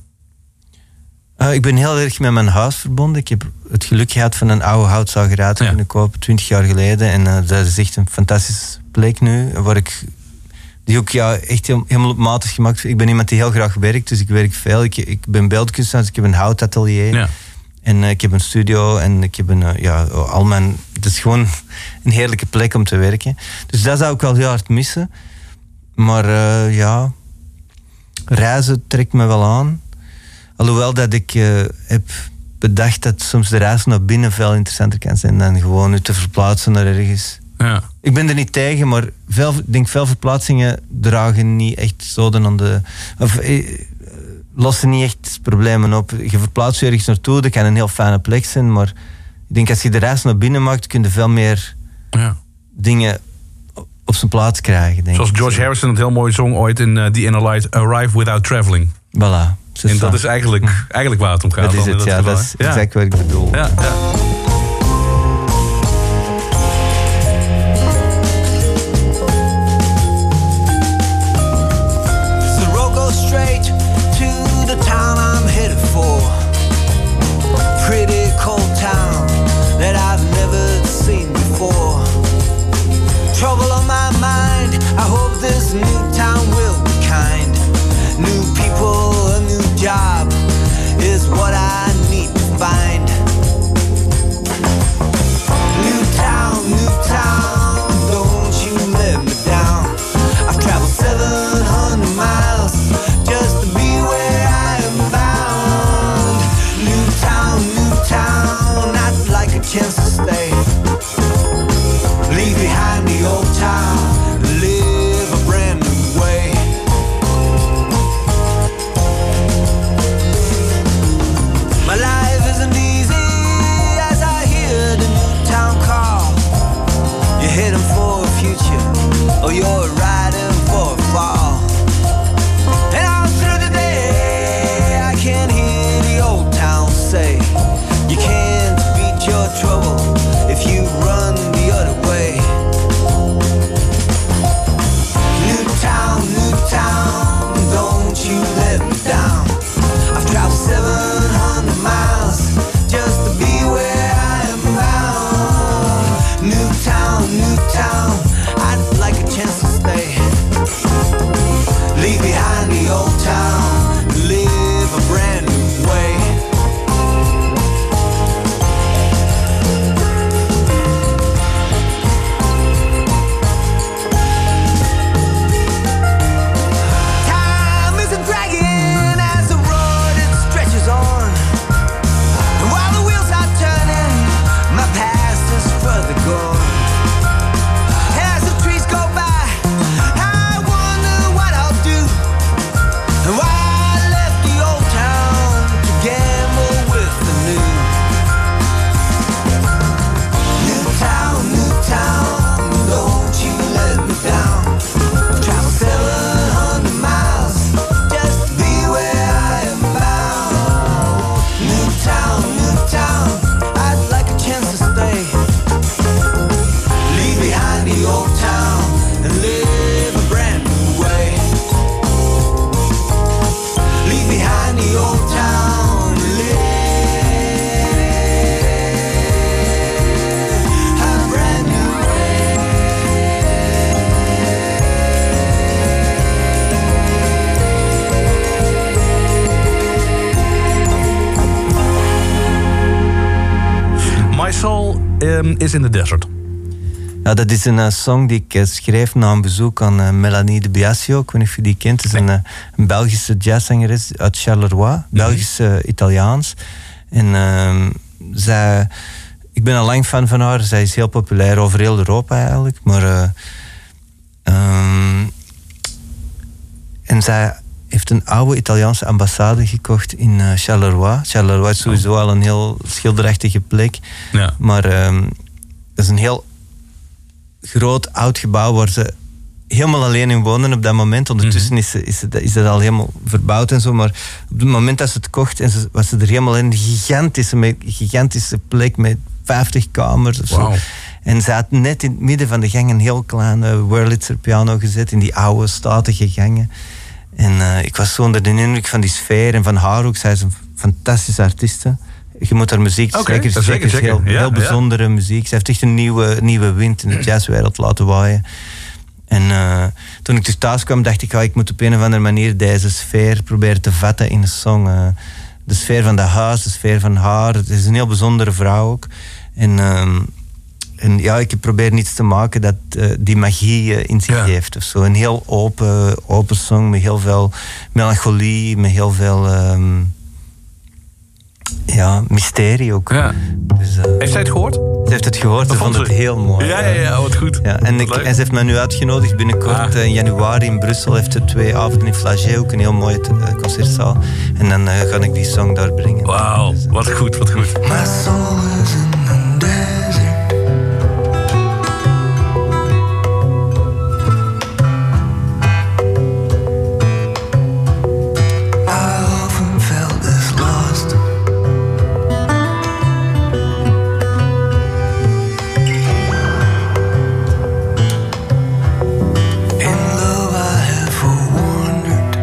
Uh, ik ben heel erg met mijn huis verbonden. Ik heb het geluk gehad van een oude houtzagerij te Ja. kunnen kopen, twintig jaar geleden. En uh, dat is echt een fantastische plek nu, waar ik... Die ook ja, echt heel, helemaal op maat is gemaakt. Ik ben iemand die heel graag werkt, dus ik werk veel. Ik, ik ben beeldkunstenaar, dus ik heb een houtatelier. Ja. En uh, ik heb een studio en ik heb een, uh, ja, al mijn... Het is gewoon een heerlijke plek om te werken. Dus dat zou ik wel heel hard missen. Maar uh, ja, reizen trekt me wel aan. Alhoewel dat ik uh, heb bedacht dat soms de reis naar binnen veel interessanter kan zijn dan gewoon u te verplaatsen naar ergens. Ja. Ik ben er niet tegen, maar veel, ik denk veel verplaatsingen dragen niet echt zoden aan de... Of, eh, lossen niet echt problemen op. Je verplaatst je ergens naartoe, dat kan een heel fijne plek zijn, maar ik denk als je de reis naar binnen maakt, kun je veel meer Ja. dingen op zijn plaats krijgen. Denk Zoals ik. George Harrison het heel mooi zong ooit in uh, The Inner Light, Arrive Without Traveling. Voilà. En dat is eigenlijk, eigenlijk waar het om gaat. dat is dan in het, ja. geval, Dat is hè? exact wat ik bedoel. Ja, ja. The road goes straight to the town I'm headed for. Pretty cold town that I've never seen before. Trouble on my mind, I hope this new town will be kind. New people, a new job is what I need to find. New town, new town, don't you let me down. I've traveled seven hundred miles just to be where I am bound. New town, new town, I'd like a chance to stay. Leave behind the old town, live a brand new way. My life isn't easy as I hear the new town call. You're heading for a future, or you're riding for a fall. And all through the day, I can hear the old town say, you can't beat your trouble if you run the other way. New town, new town, don't you let me down. I've traveled seven hundred miles just to be where I am bound. New town, new town, I'd like a chance to stay. and live a brand new way. Leave behind the old town and live a brand new way. My Soul um, is in the Desert. Ja, dat is een uh, song die ik uh, schreef na een bezoek aan uh, Melanie de Biasio. Ik weet niet of je die kent. Het is een, uh, een Belgische jazzzangeres uit Charleroi. Mm-hmm. Belgisch-Italiaans. En uh, zij... Ik ben al lang fan van haar. Zij is heel populair over heel Europa eigenlijk. Maar... Uh, um, en zij heeft een oude Italiaanse ambassade gekocht in uh, Charleroi. Charleroi is sowieso al een heel schilderachtige plek. Ja. Maar um, dat is een heel groot oud gebouw waar ze helemaal alleen in wonen op dat moment. Ondertussen is, ze, is, ze, is dat al helemaal verbouwd en zo. Maar op het moment dat ze het kocht, en ze, was ze er helemaal in. Een gigantische, gigantische plek met vijftig kamers of Wow. zo. En ze had net in het midden van de gang een heel kleine Wurlitzer piano gezet. In die oude, statige gangen. En uh, ik was zo onder de indruk van die sfeer en van haar ook. Zij is een fantastische artieste. Je moet haar muziek Oké, zeker, zeker, zeker, zeker. heel, Ja, heel bijzondere ja. muziek. Ze heeft echt een nieuwe, nieuwe wind in de jazzwereld laten waaien. En uh, toen ik dus thuis kwam, dacht ik, oh, ik moet op een of andere manier deze sfeer proberen te vatten in een song. Uh, de sfeer van dat huis, de sfeer van haar. Het is een heel bijzondere vrouw ook. En, uh, en ja, ik probeer iets te maken dat uh, die magie uh, in zich Ja. heeft. Of zo. Een heel open, open song met heel veel melancholie, met heel veel um, ja, mysterie ook. Ja. Dus, uh, Heeft zij het gehoord? ze heeft het gehoord, ze vond het heel mooi. Ja, ja, ja, wat goed. Ja, en, ik, en ze heeft mij nu uitgenodigd binnenkort. Ah. Uh, in januari in Brussel heeft ze twee avonden in Flagey, ook een heel mooie uh, concertzaal. En dan uh, ga ik die song daar brengen. Wauw, Dus, uh, wat goed, wat goed. My soul is in the desert. I often felt this lost. In love I have wandered.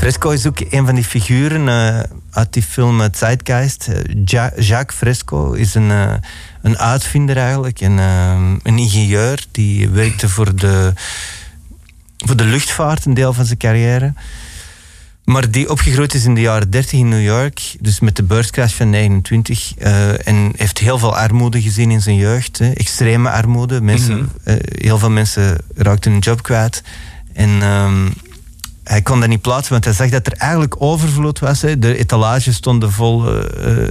Fresco is ook een van die figuren uh, uit die film Zeitgeist. Uh, ja- Jacques Fresco is een, uh, een uitvinder eigenlijk, een, uh, een ingenieur die werkte voor de, voor de luchtvaart een deel van zijn carrière. Maar die opgegroeid is in de jaren dertig in New York, dus met de beurscrash van negenentwintig. Uh, en heeft heel veel armoede gezien in zijn jeugd. Hè. Extreme armoede. Mensen, mm-hmm. uh, heel veel mensen raakten hun job kwijt. En um, hij kon dat niet plaatsen, want hij zag dat er eigenlijk overvloed was. Hè. De etalages stonden vol uh, uh,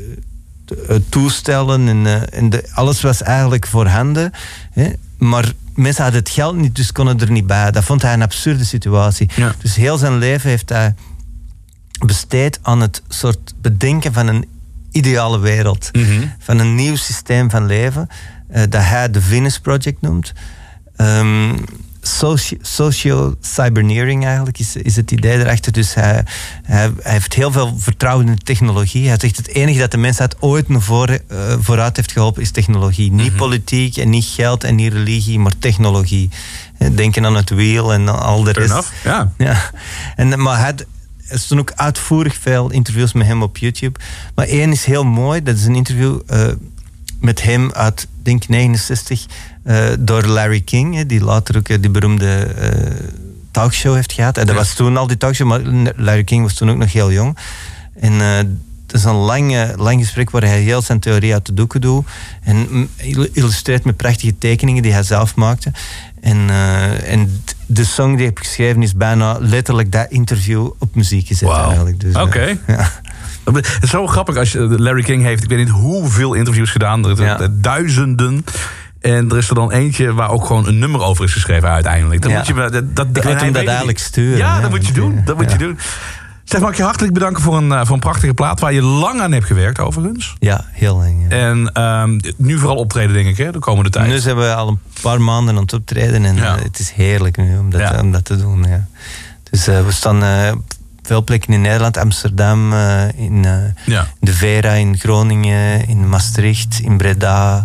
toestellen en, uh, en de, alles was eigenlijk voorhanden. Hè. Maar mensen hadden het geld niet, dus konden er niet bij. Dat vond hij een absurde situatie. Ja. Dus heel zijn leven heeft hij besteed aan het soort bedenken van een ideale wereld. Mm-hmm. Van een nieuw systeem van leven, uh, dat hij de Venus Project noemt. Um, soci- Socio-cyberneering eigenlijk is, is het idee erachter. Dus hij, hij, hij heeft heel veel vertrouwen in de technologie. Hij zegt het enige dat de mensheid ooit naar voren, uh, vooruit heeft geholpen is technologie. Mm-hmm. Niet politiek en niet geld en niet religie, maar technologie. Denken aan het wiel en al de rest. Enough, ja. ja. En, maar hij, er staan ook uitvoerig veel interviews met hem op YouTube. Maar één is heel mooi. Dat is een interview uh, met hem uit, denk ik, negenenzestig... Uh, door Larry King, hè, die later ook uh, die beroemde uh, talkshow heeft gehad. En dat ja. was toen al die talkshow, maar Larry King was toen ook nog heel jong. En uh, het is een lang, uh, lang gesprek waar hij heel zijn theorie uit de doeken doet. En illustreert met prachtige tekeningen die hij zelf maakte. En, uh, en de song die ik heb geschreven is bijna letterlijk dat interview op muziek gezet. Wow. Eigenlijk. Dus, Oké. Okay. Uh, ja. Het is zo grappig als je Larry King heeft, ik weet niet hoeveel interviews gedaan, er, ja. duizenden. En er is er dan eentje waar ook gewoon een nummer over is geschreven uiteindelijk. Dan ja. moet je, dat, dat, ik wil hem dat eigenlijk sturen. Ja, ja, dat moet je doen. Dat moet ja. je doen. Stef, mag ik je hartelijk bedanken voor een, voor een prachtige plaat waar je lang aan hebt gewerkt overigens. Ja, heel lang. Ja. En um, nu vooral optreden denk ik, hè, de komende tijd. Nu zijn we al een paar maanden aan het optreden en ja. uh, het is heerlijk nu om dat, ja. om dat te doen. Ja. Dus uh, we staan uh, op veel plekken in Nederland, Amsterdam, uh, in uh, ja. de Vera, in Groningen, in Maastricht, in Breda.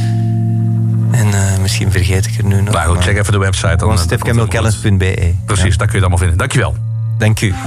En uh, misschien vergeet ik er nu nog. Nou goed, check even de website. Gewoon stef camille callens punt b e. Precies, ja. Daar kun je het allemaal vinden. Dankjewel. Dank u.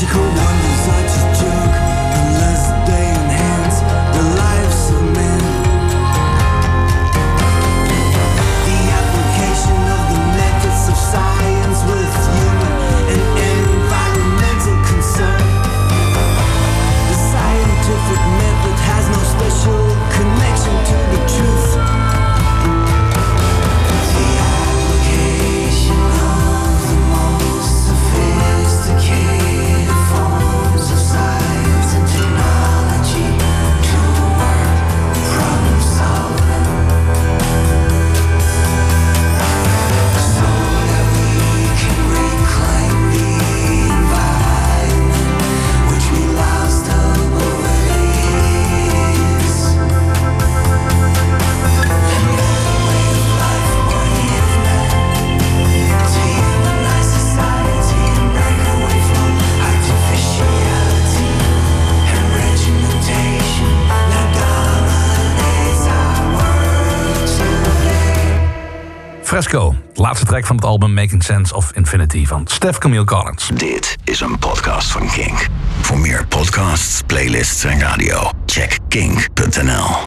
magical wonders are just junk unless they enhance the lives of men. The application of the methods of science with human and environmental concern. The scientific method has no special connection to the truth. The application of the most sophisticated forms of science and technology to work problem solving, so that we can reclaim the environment which we lost over the years. Another way of life worthy of man, to humanize society and break away from artificiality and regimentation that dominates our world today. Fresco, de laatste track van het album Making Sense of Infinity van Steph Camille Collins. Dit is een podcast van Kink. Voor meer podcasts, playlists en radio, check kink punt n l.